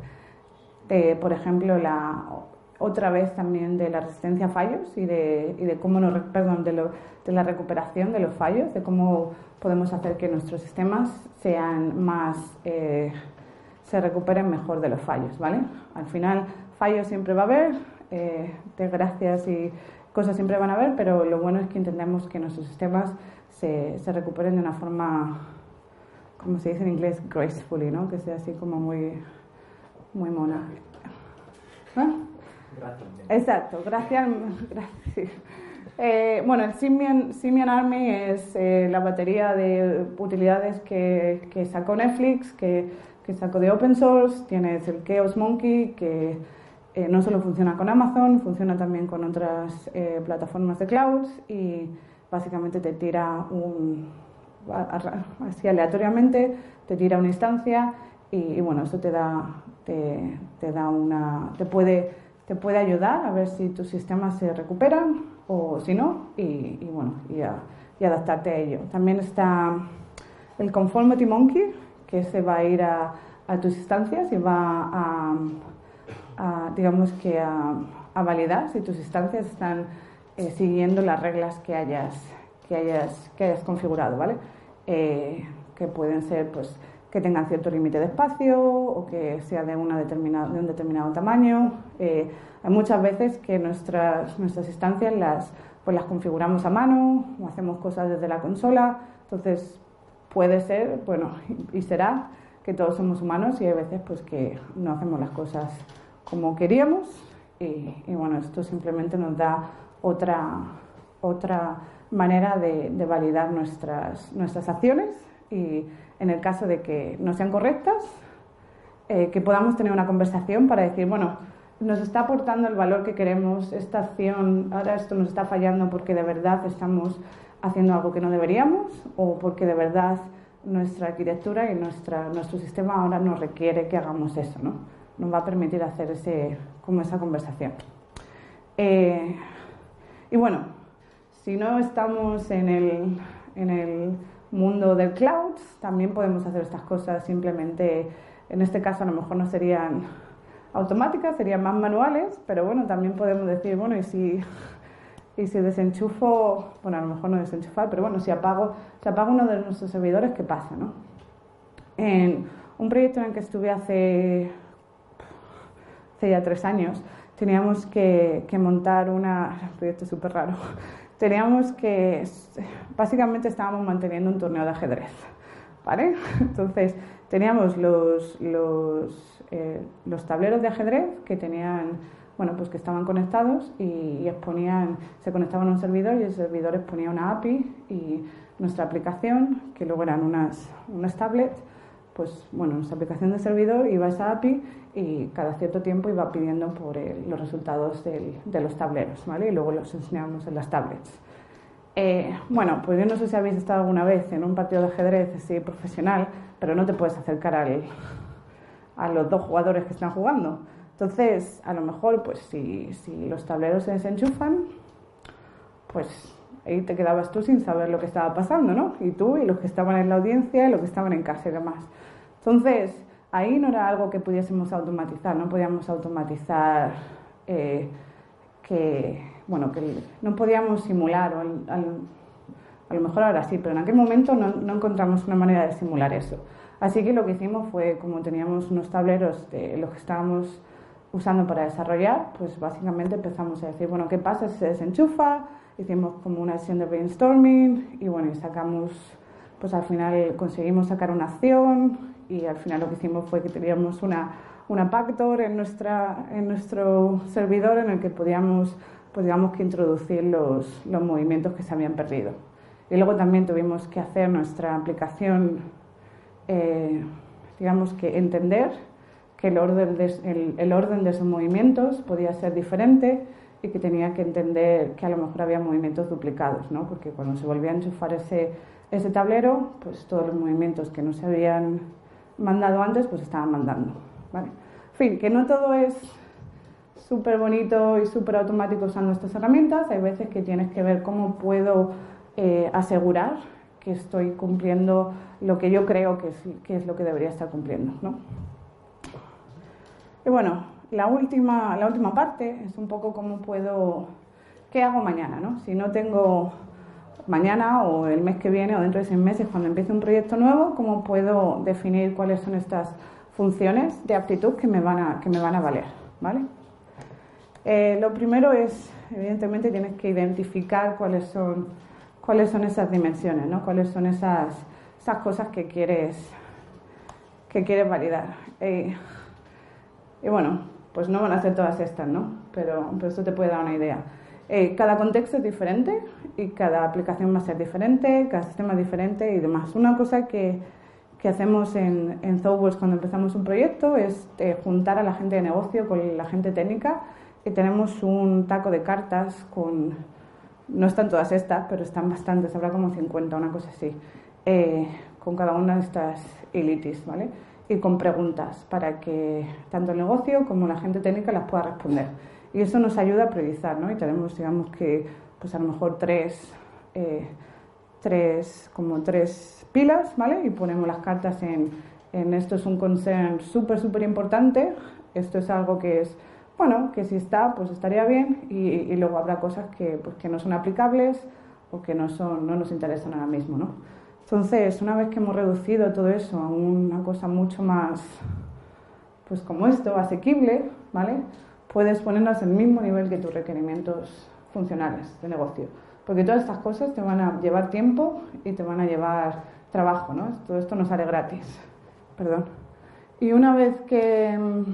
de por ejemplo, la, otra vez también de la resistencia a fallos y de, y de cómo nos, perdón, de, lo, de la recuperación de los fallos, de cómo podemos hacer que nuestros sistemas sean más, eh, se recuperen mejor de los fallos, ¿vale? Al final, fallos siempre va a haber, eh, desgracias y cosas siempre van a haber, pero lo bueno es que entendemos que nuestros sistemas se, se recuperen de una forma, como se dice en inglés, gracefully, ¿no? Que sea así como muy, muy mona. ¿Eh? Gracias. Exacto, gracias. gracias. Eh, bueno, el Simian, Simian Army es eh, la batería de utilidades que, que sacó Netflix, que, que sacó de open source. Tienes el Chaos Monkey, que eh, no solo funciona con Amazon, funciona también con otras eh, plataformas de clouds y básicamente te tira un... así aleatoriamente te tira una instancia y, y bueno, eso te da te, te da una te puede te puede ayudar a ver si tus sistemas se recuperan o si no y, y bueno y, a, y adaptarte a ello. También está el Conformity Monkey, que se va a ir a, a tus instancias y va a, a digamos que a, a validar si tus instancias están eh, siguiendo las reglas que hayas que hayas, que hayas configurado, ¿vale? Eh, que pueden ser, pues, que tengan cierto límite de espacio o que sea de, una determinada, de un determinado tamaño. Eh, hay muchas veces que nuestras, nuestras instancias las, pues, las configuramos a mano o hacemos cosas desde la consola. Entonces, puede ser, bueno, y será que todos somos humanos y hay veces, pues, que no hacemos las cosas como queríamos y, y bueno, esto simplemente nos da otra, otra manera de, de validar nuestras, nuestras acciones y en el caso de que no sean correctas, eh, que podamos tener una conversación para decir, bueno, nos está aportando el valor que queremos, esta acción, ahora esto nos está fallando porque de verdad estamos haciendo algo que no deberíamos o porque de verdad nuestra arquitectura y nuestra, nuestro sistema ahora nos requiere que hagamos eso, ¿no? Nos va a permitir hacer ese, como esa conversación. Eh, y bueno, si no estamos en el, en el mundo del cloud, también podemos hacer estas cosas simplemente, en este caso a lo mejor no serían automáticas, serían más manuales, pero bueno, también podemos decir, bueno, y si, y si desenchufo, bueno, a lo mejor no desenchufar, pero bueno, si apago, si apago uno de nuestros servidores, ¿qué pasa, no? En un proyecto en el que estuve hace, hace ya tres años, teníamos que, que montar una, un proyecto súper raro, teníamos que, básicamente estábamos manteniendo un torneo de ajedrez, ¿vale? Entonces, teníamos los, los, eh, los tableros de ajedrez que tenían bueno, pues que estaban conectados y, y exponían, se conectaban a un servidor y el servidor exponía una A P I y nuestra aplicación, que luego eran unas, unas tablets, pues bueno, nuestra aplicación de servidor iba a esa A P I y cada cierto tiempo iba pidiendo por el, los resultados del, de los tableros, ¿vale? Y luego los enseñábamos en las tablets. Eh, bueno, pues yo no sé si habéis estado alguna vez en un partido de ajedrez así profesional, pero no te puedes acercar al, a los dos jugadores que están jugando. Entonces, a lo mejor, pues si, si los tableros se desenchufan, pues ahí te quedabas tú sin saber lo que estaba pasando, ¿no? Y tú y los que estaban en la audiencia y los que estaban en casa y demás. Entonces, ahí no era algo que pudiésemos automatizar, no podíamos automatizar eh, que, bueno, que no podíamos simular, o al, al, a lo mejor ahora sí, pero en aquel momento no, no encontramos una manera de simular eso. Así que lo que hicimos fue, como teníamos unos tableros de los que estábamos usando para desarrollar, pues básicamente empezamos a decir, bueno, ¿qué pasa si se desenchufa? Hicimos como una sesión de brainstorming y bueno, y sacamos, pues al final conseguimos sacar una acción y al final lo que hicimos fue que teníamos una, una backdoor en, nuestra, en nuestro servidor en el que podíamos, pues digamos que introducir los, los movimientos que se habían perdido. Y luego también tuvimos que hacer nuestra aplicación, eh, digamos que entender que el orden, de, el, el orden de esos movimientos podía ser diferente y que tenía que entender que a lo mejor había movimientos duplicados, ¿no? Porque cuando se volvía a enchufar ese, ese tablero, pues todos los movimientos que no se habían mandado antes, pues estaban mandando, ¿vale? En fin, que no todo es súper bonito y súper automático usando estas herramientas. Hay veces que tienes que ver cómo puedo eh, asegurar que estoy cumpliendo lo que yo creo que es, que es lo que debería estar cumpliendo, ¿no? Y bueno, la última, la última parte es un poco cómo puedo, qué hago mañana, ¿no? Si no tengo mañana o el mes que viene o dentro de seis meses cuando empiece un proyecto nuevo, cómo puedo definir cuáles son estas funciones de aptitud que me van a, que me van a valer, ¿vale? Eh, lo primero es, evidentemente, tienes que identificar cuáles son, cuáles son esas dimensiones, ¿no? Cuáles son esas, esas cosas que quieres, que quieres validar. Eh, Y bueno, pues no van a ser todas estas, ¿no? Pero, pero esto te puede dar una idea. Eh, cada contexto es diferente y cada aplicación va a ser diferente, cada sistema es diferente y demás. Una cosa que, que hacemos en, en ThoughtWorks cuando empezamos un proyecto es eh, juntar a la gente de negocio con la gente técnica y tenemos un taco de cartas con, no están todas estas, pero están bastantes, habrá como cincuenta, una cosa así, eh, con cada una de estas elitis, ¿vale? Y con preguntas para que tanto el negocio como la gente técnica las pueda responder. Y eso nos ayuda a priorizar, ¿no? Y tenemos, digamos que, pues a lo mejor tres, eh, tres, como tres pilas, ¿vale? Y ponemos las cartas en, en esto es un concern súper, súper importante, esto es algo que es, bueno, que si está, pues estaría bien, y, y luego habrá cosas que, pues, que no son aplicables o que no, son, no nos interesan ahora mismo, ¿no? Entonces, una vez que hemos reducido todo eso a una cosa mucho más, pues como esto, asequible, ¿vale? Puedes ponernos al mismo nivel que tus requerimientos funcionales de negocio. Porque todas estas cosas te van a llevar tiempo y te van a llevar trabajo, ¿no? Todo esto no sale gratis. Perdón. Y una vez que,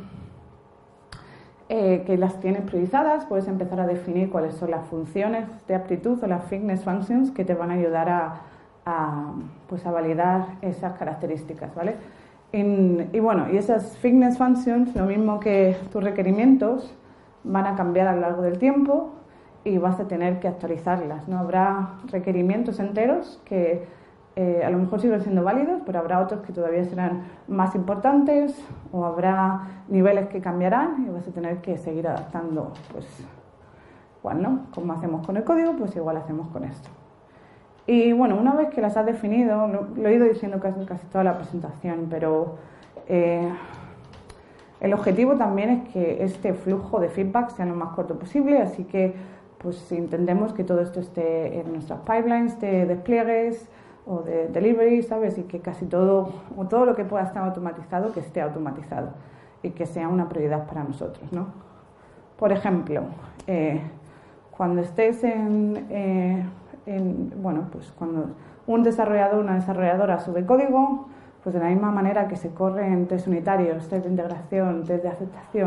eh, que las tienes priorizadas, puedes empezar a definir cuáles son las funciones de aptitud o las fitness functions que te van a ayudar a A, pues a validar esas características, ¿vale? En, y bueno, y esas fitness functions, lo mismo que tus requerimientos, van a cambiar a lo largo del tiempo y vas a tener que actualizarlas, ¿no? Habrá requerimientos enteros que eh, a lo mejor siguen siendo válidos, pero habrá otros que todavía serán más importantes o habrá niveles que cambiarán y vas a tener que seguir adaptando, pues, igual, ¿no? Como hacemos con el código, pues igual hacemos con esto. Y bueno, una vez que las has definido, lo, lo he ido diciendo casi, casi toda la presentación, pero eh, el objetivo también es que este flujo de feedback sea lo más corto posible, así que pues entendemos que todo esto esté en nuestras pipelines de despliegues o de delivery, ¿sabes? Y que casi todo, o todo lo que pueda estar automatizado, que esté automatizado y que sea una prioridad para nosotros, ¿no? Por ejemplo, eh, cuando estés en... Eh, En, bueno, pues cuando un desarrollador o una desarrolladora sube código, pues de la misma manera que se corren test unitarios, test de integración, test de aceptación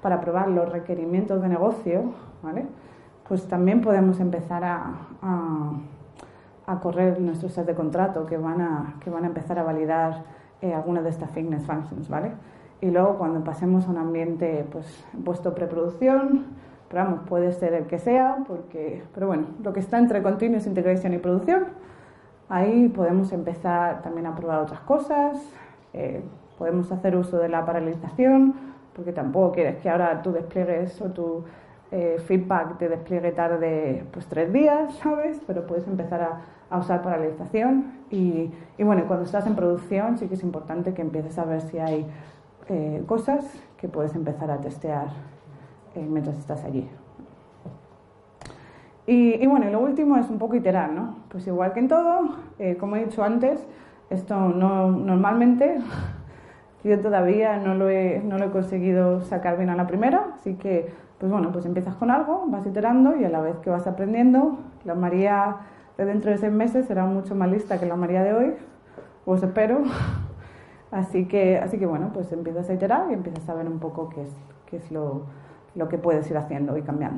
para probar los requerimientos de negocio, ¿vale? Pues también podemos empezar a, a, a correr nuestros set de contrato que van a, que van a empezar a validar eh, algunas de estas fitness functions, ¿vale? Y luego cuando pasemos a un ambiente pues puesto preproducción, pero vamos, puede ser el que sea, porque, pero bueno, lo que está entre continuous integration y producción, ahí podemos empezar también a probar otras cosas, eh, podemos hacer uso de la paralelización, porque tampoco quieres que ahora tu despliegues o tu eh, feedback te despliegue tarde pues tres días, ¿sabes? Pero puedes empezar a, a usar paralelización y, y bueno, cuando estás en producción sí que es importante que empieces a ver si hay eh, cosas que puedes empezar a testear eh, mientras estás allí. Y, y bueno, y lo último es un poco iterar, ¿no? Pues igual que en todo, eh, como he dicho antes, esto no normalmente yo todavía no lo, he, no lo he conseguido sacar bien a la primera, así que pues bueno, pues empiezas con algo, vas iterando y a la vez que vas aprendiendo, la María de dentro de seis meses será mucho más lista que la María de hoy, os espero. Así que, así que bueno, pues empiezas a iterar y empiezas a ver un poco qué es, qué es lo, lo que puedes ir haciendo y cambiando.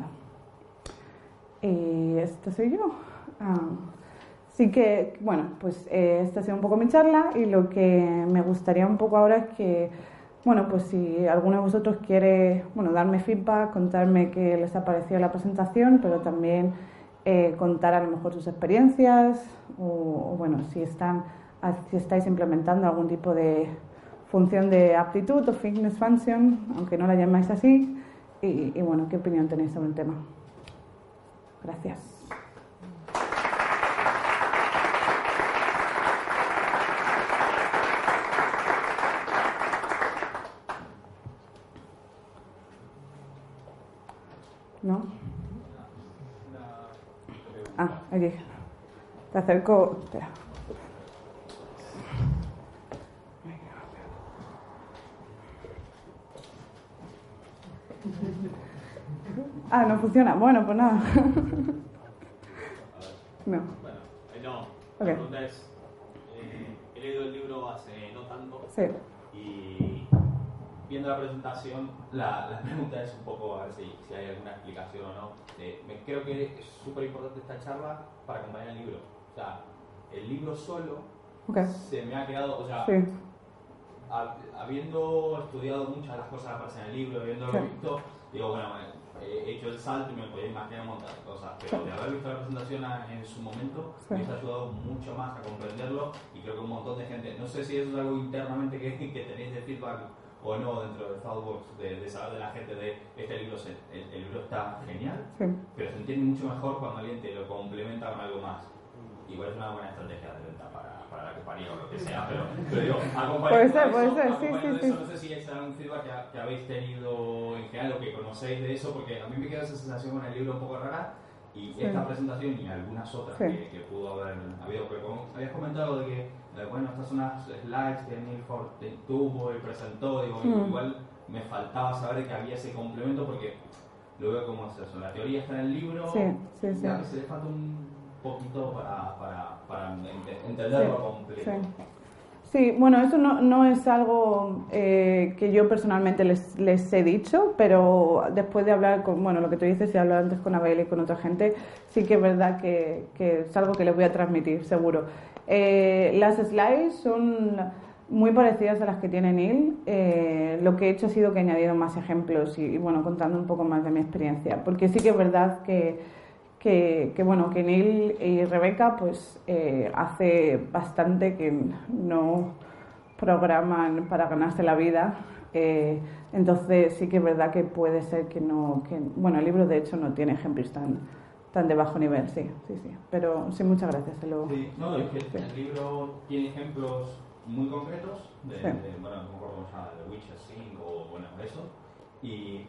Y esto soy yo. Ah, así que, bueno, pues eh, esta ha sido un poco mi charla y lo que me gustaría un poco ahora es que, bueno, pues si alguno de vosotros quiere, bueno, darme feedback, contarme qué les ha parecido la presentación, pero también eh, contar a lo mejor sus experiencias o, o bueno, si están, si estáis implementando algún tipo de función de aptitud o fitness function, aunque no la llamáis así, y, y bueno, qué opinión tenéis sobre el tema. Gracias. ¿No? Ah, aquí. Te acerco. Espera. Ah, no funciona. Bueno, pues nada. No. Bueno, eh, no. Okay. La pregunta es, eh, he leído el libro hace no tanto Sí. y viendo la presentación, la, la pregunta es un poco a ver si, si hay alguna explicación o no. Eh, me, creo que es súper importante esta charla para acompañar el libro. O sea, el libro solo Okay. se me ha quedado, o sea, Sí. hab- habiendo estudiado muchas de las cosas que aparecen en el libro, habiéndolo Sí. visto, digo, bueno, he hecho el salto y me podía imaginar un montón de cosas, pero de haber visto la presentación a- en su momento, Sí. me ha ayudado mucho más a comprenderlo y creo que un montón de gente, no sé si eso es algo internamente que, que tenéis de feedback o no dentro de ThoughtWorks, de, de saber de la gente de este libro, se, el, el libro está genial, Sí. pero se entiende mucho mejor cuando alguien te lo complementa con algo más. Igual es una buena estrategia de venta para, para la compañía o lo que sea, pero, pero digo, acompañado Puede ser, de puede eso, ser, sí, acompañado sí, de sí. eso, no sé si es algún feedback que, que habéis tenido en general o que conocéis de eso, porque a mí me queda esa sensación con el libro un poco rara y Sí. esta presentación y algunas otras Sí. que, que pudo haber habido, pero como habías comentado de que, eh, bueno, estas son unas slides que Milford tuvo y presentó, digo, Mm. igual me faltaba saber que había ese complemento porque lo veo como es eso, la teoría está en el libro, Sí, sí, sí. y a veces le falta un poquito para, para, para ente- entenderlo Sí, completo. sí. Sí, bueno, eso no, no es algo eh, que yo personalmente les, les he dicho, pero después de hablar con, bueno, lo que tú dices y hablar antes con Abel y con otra gente, sí que es verdad que, que es algo que les voy a transmitir, seguro. Eh, las slides son muy parecidas a las que tiene Neil. Eh, lo que he hecho ha sido que he añadido más ejemplos y, y, bueno, contando un poco más de mi experiencia, porque sí que es verdad que Que, que bueno, que Neil y Rebeca pues eh, hace bastante que no programan para ganarse la vida, eh, entonces sí que es verdad que puede ser que no, que, bueno, el libro de hecho no tiene ejemplos tan, tan de bajo nivel, sí, sí, sí, pero sí, muchas gracias. Se lo... Sí, no, es que Sí. el libro tiene ejemplos muy concretos de, Sí. de, bueno, no me acuerdo cómo se llama, de Witcher cinco o bueno, eso, y,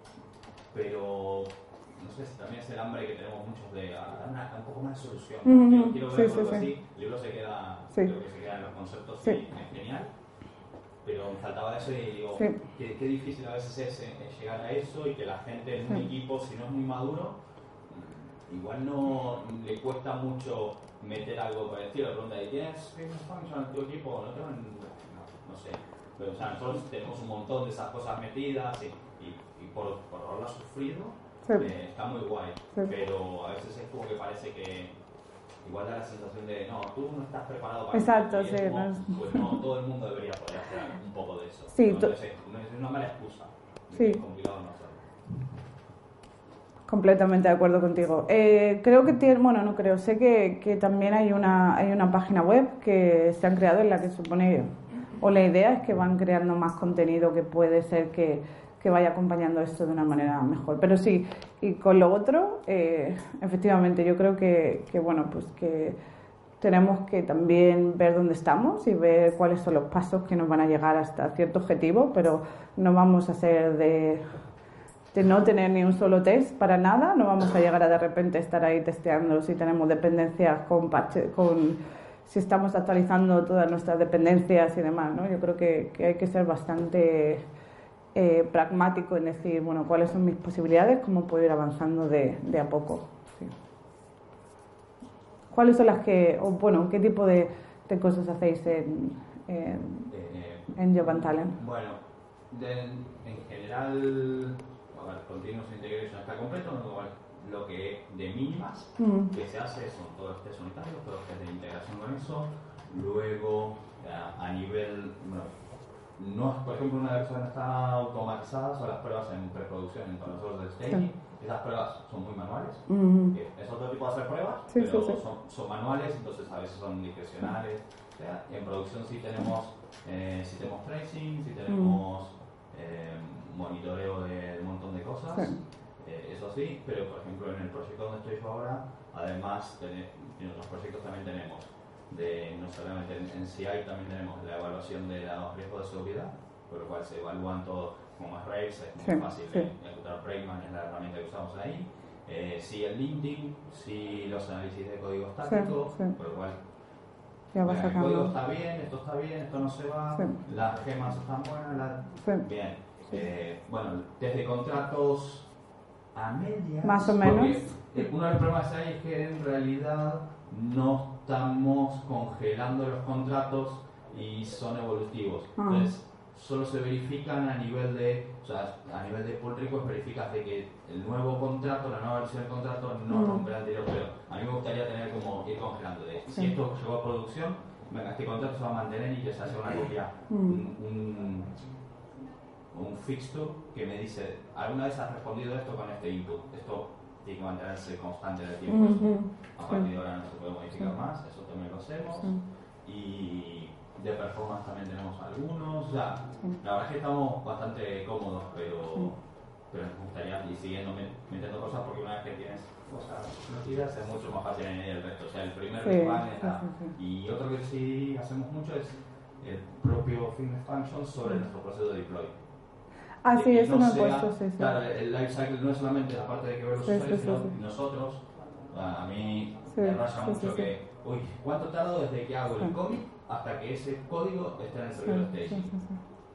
pero no sé si también es el hambre que tenemos muchos de ah, dar una, un poco más de solución. Mm-hmm. Quiero, quiero ver Sí, sí, algo sí. así, el libro se queda, Sí. creo que se queda en los conceptos Sí. y es genial, pero me faltaba eso y digo, Sí. qué, qué difícil a veces es, eh, llegar a eso y que la gente en un Sí. equipo, si no es muy maduro, igual no le cuesta mucho meter algo por el estilo. La pregunta de ¿tienes business function en tu equipo? No tengo, no, no sé. Pero, o sea, nosotros tenemos un montón de esas cosas metidas y, y, y por, por haberlo sufrido, Sí. eh, está muy guay. Sí. Pero a veces es como que parece que igual da la sensación de, no, tú no estás preparado para Exacto, esto. Y es sí, como, no es- pues no, todo el mundo debería poder hacer un poco de eso. Sí, Entonces, to- es, es una mala excusa. Sí. Es complicado no hacerlo. Completamente de acuerdo contigo. Eh, creo que tiene, bueno, no creo, sé que, que también hay una, hay una página web que se han creado en la que supone, o la idea es que van creando más contenido que puede ser que, que vaya acompañando esto de una manera mejor. Pero sí, y con lo otro, eh, efectivamente, yo creo que, que, bueno, pues que tenemos que también ver dónde estamos y ver cuáles son los pasos que nos van a llegar hasta cierto objetivo, pero no vamos a ser de... de no tener ni un solo test para nada, no vamos a llegar a de repente estar ahí testeando si tenemos dependencias con parche, con si estamos actualizando todas nuestras dependencias y demás, ¿no? Yo creo que, que hay que ser bastante eh, pragmático en decir, bueno, cuáles son mis posibilidades, cómo puedo ir avanzando de, de a poco. Sí. ¿Cuáles son las que, o bueno, qué tipo de, de cosas hacéis en, en, Eh, en Job and Talent? Bueno, de- en general, a ver, Continuous Integration está completo, ¿no? Lo que de mínimas Mm. que se hace son todos los test unitarios, todos los test de integración con eso. Luego, a, a nivel, bueno, no, por ejemplo, una de las cosas que no están automatizadas son las pruebas en preproducción con nosotros del staging. Esas pruebas son muy manuales. Mm. Eh, Es otro tipo de hacer pruebas, Sí, pero sí, sí. Son, son manuales, entonces a veces son discrecionales. O sea, en producción sí tenemos, eh, sí tenemos tracing, sí tenemos eh, monitoreo de un montón de cosas. Sí. Eh, eso sí, pero por ejemplo en el proyecto donde estoy yo ahora, además ten- en otros proyectos también tenemos, de, no solamente en, en C I también tenemos la evaluación de los riesgos de seguridad, por lo cual se evalúan todos como es Rails, es muy Sí, fácil sí. de ejecutar. Brakeman es la herramienta que usamos ahí. Eh, sí el linting, sí los análisis de código estático, sí. por lo cual Ya va bueno, el código sacando. está bien, esto está bien, esto no se va, Sí. las gemas están buenas, las- Sí. bien. Eh, bueno, desde contratos a medias. Más o porque, menos. eh, uno de los problemas que hay es que en realidad no estamos congelando los contratos y son evolutivos. Ah. Entonces, solo se verifican a nivel de, o sea, a nivel de pull request verificas de que el nuevo contrato, la nueva versión del contrato no Mm. rompe el anterior, pero a mí me gustaría tener como ir congelando de si Sí. esto llegó a producción, venga, este contrato se va a mantener y que se hace una copia, Mm. un, un, un fixture que me dice, ¿alguna vez has respondido esto con este input? Esto tiene que mantenerse constante en el tiempo. Ujú. A partir de ahora no se puede modificar más, eso también lo hacemos. Sí. Y de performance también tenemos algunos. O sea, Sí. la verdad es que estamos bastante cómodos, pero, Sí. pero nos gustaría ir siguiendo met- metiendo cosas porque una vez que tienes cosas metidas es mucho más fácil añadir el resto. O sea, el primer Sí, ritual sí, está. sí, sí. Y otro que sí hacemos mucho es el propio fitness function sobre nuestro proceso de deploy. Ah, De sí, que eso no no he sea- puesto, sí, sí. Claro, el life cycle no es solamente la parte de que ver los Sí, sí, usuarios, sí, sino sí. nosotros. A a mí Sí, me raya sí, sí, mucho sí. que, uy, ¿cuánto tardo desde que hago el Sí. commit hasta que ese código esté en el Sí, servidor sí, staging? sí, sí.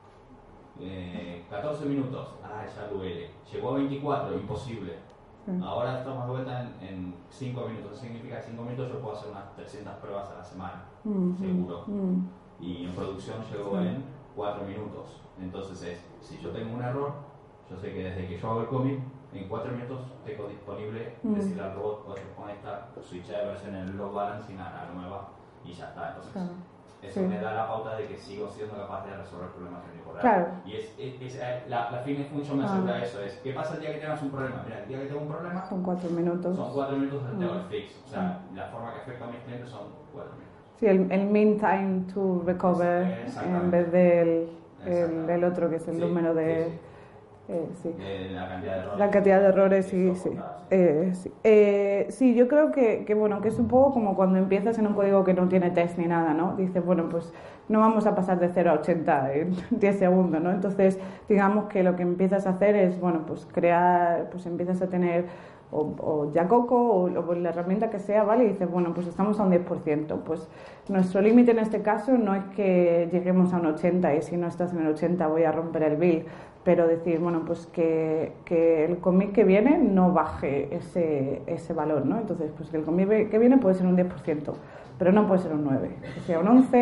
Eh, catorce minutos, ah, ya duele. Llegó a veinticuatro, imposible. Sí. Ahora estamos de vuelta en, en cinco minutos. Eso significa que en cinco minutos yo puedo hacer unas trescientas pruebas a la semana, Mm, seguro. mm, Y en producción llegó Sí. en cuatro minutos. Entonces es, si yo tengo un error, yo sé que desde que yo hago el commit, en cuatro minutos tengo disponible Mm. decirle al robot, o desconectar, switchar de versión en el load balance y nada, la nueva, y ya está. Entonces, Claro. eso Sí. me da la pauta de que sigo siendo capaz de resolver problemas en tiempo real. Claro. Y es, es, es- eh, la, la fitness function me Ah. asegura eso, es, ¿qué pasa el día que tengas un problema? Mira, el día que tengo un problema, Son cuatro minutos. son cuatro minutos de tengo el Mm. fix. O sea, la forma que afecta a mis clientes son cuatro minutos. Sí, el, el mean time to recover Exactamente. en vez del el, Exactamente. el otro que es el Sí, número de... sí, sí. eh, sí. De la cantidad de errores. La cantidad de errores, sí, que sí. soportas. Eh, sí. Eh, sí, yo creo que, que, bueno, que es un poco como cuando empiezas en un código que no tiene test ni nada, ¿no? Dices, bueno, pues no vamos a pasar de cero a ochenta en diez segundos, ¿no? Entonces, digamos que lo que empiezas a hacer es, bueno, pues crear, pues empiezas a tener o, o Jacoco o, o la herramienta que sea, ¿vale? Y dices, bueno, pues estamos a un diez por ciento. Pues nuestro límite en este caso no es que lleguemos a un ochenta y si no estás en el ochenta voy a romper el build, pero decir, bueno, pues que, que el commit que viene no baje ese, ese valor, ¿no? Entonces, pues que el commit que viene puede ser un diez por ciento, pero no puede ser un nueve, que sea un once,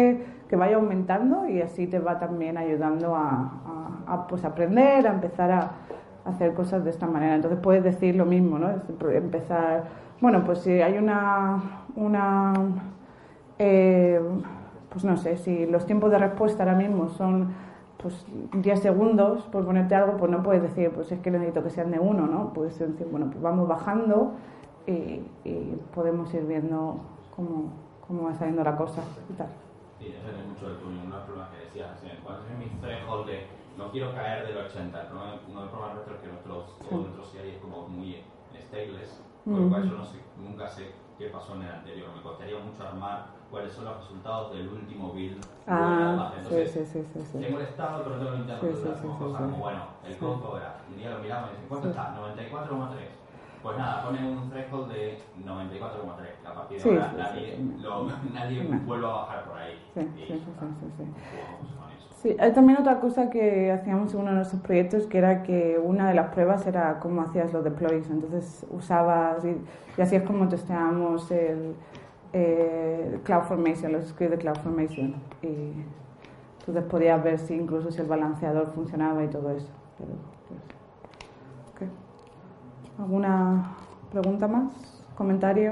que vaya aumentando y así te va también ayudando a, a, a pues aprender, a empezar a hacer cosas de esta manera. Entonces puedes decir lo mismo, ¿no? Es empezar, bueno, pues si hay una, una eh, pues no sé, si los tiempos de respuesta ahora mismo son pues diez segundos, por ponerte algo, pues no puedes decir, pues es que necesito que sean de uno, ¿no? Puedes decir, bueno, pues vamos bajando y, y podemos ir viendo cómo, cómo va saliendo la cosa y tal. Sí, depende mucho del tuning. Uno de los problemas que decías, cuando es mi threshold de no quiero caer del ochenta, el problema, uno de los problemas nuestros es que nuestros, sí. nuestro C I es como muy stateless, por lo cual yo no sé, nunca sé qué pasó en el anterior. Me costaría mucho armar cuáles son los resultados del último build. Ah, entonces, sí, sí, sí, sí. tengo el estado, pero no tengo el interno. Sí, sí, sí, como sí, cosas sí. como, bueno, el Sí. código era, un día lo miramos y dicen, ¿cuánto Sí. está? noventa y cuatro coma tres. Pues nada, ponen un threshold de noventa y cuatro coma tres. A partir de Sí, ahora sí, nadie, sí. lo, nadie No. vuelve a bajar por ahí. Sí, Y sí, sí, sí, sí, sí. jugamos con eso. Sí, hay también otra cosa que hacíamos en uno de nuestros proyectos, que era que una de las pruebas era cómo hacías los deploys. Entonces usabas, y, y así es como testeábamos el eh, CloudFormation, los scripts de CloudFormation. Y entonces podías ver si incluso si el balanceador funcionaba y todo eso. Pero, pues, okay. ¿Alguna pregunta más? ¿Comentario?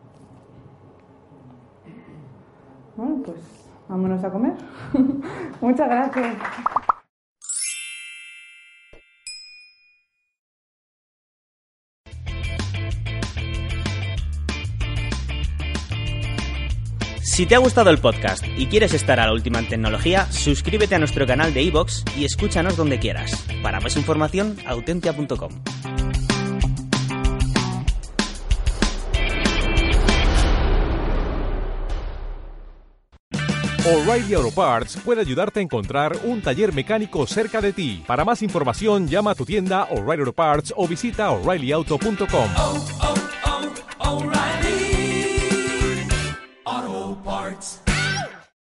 Bueno, pues vámonos a comer. Muchas gracias. Si te ha gustado el podcast y quieres estar a la última en tecnología, suscríbete a nuestro canal de iVoox y escúchanos donde quieras. Para más información, autentia punto com. O'Reilly Auto Parts puede ayudarte a encontrar un taller mecánico cerca de ti. Para más información, llama a tu tienda O'Reilly Auto Parts o visita O'Reilly Auto punto com. oh, oh, oh, O'Reilly Auto Parts.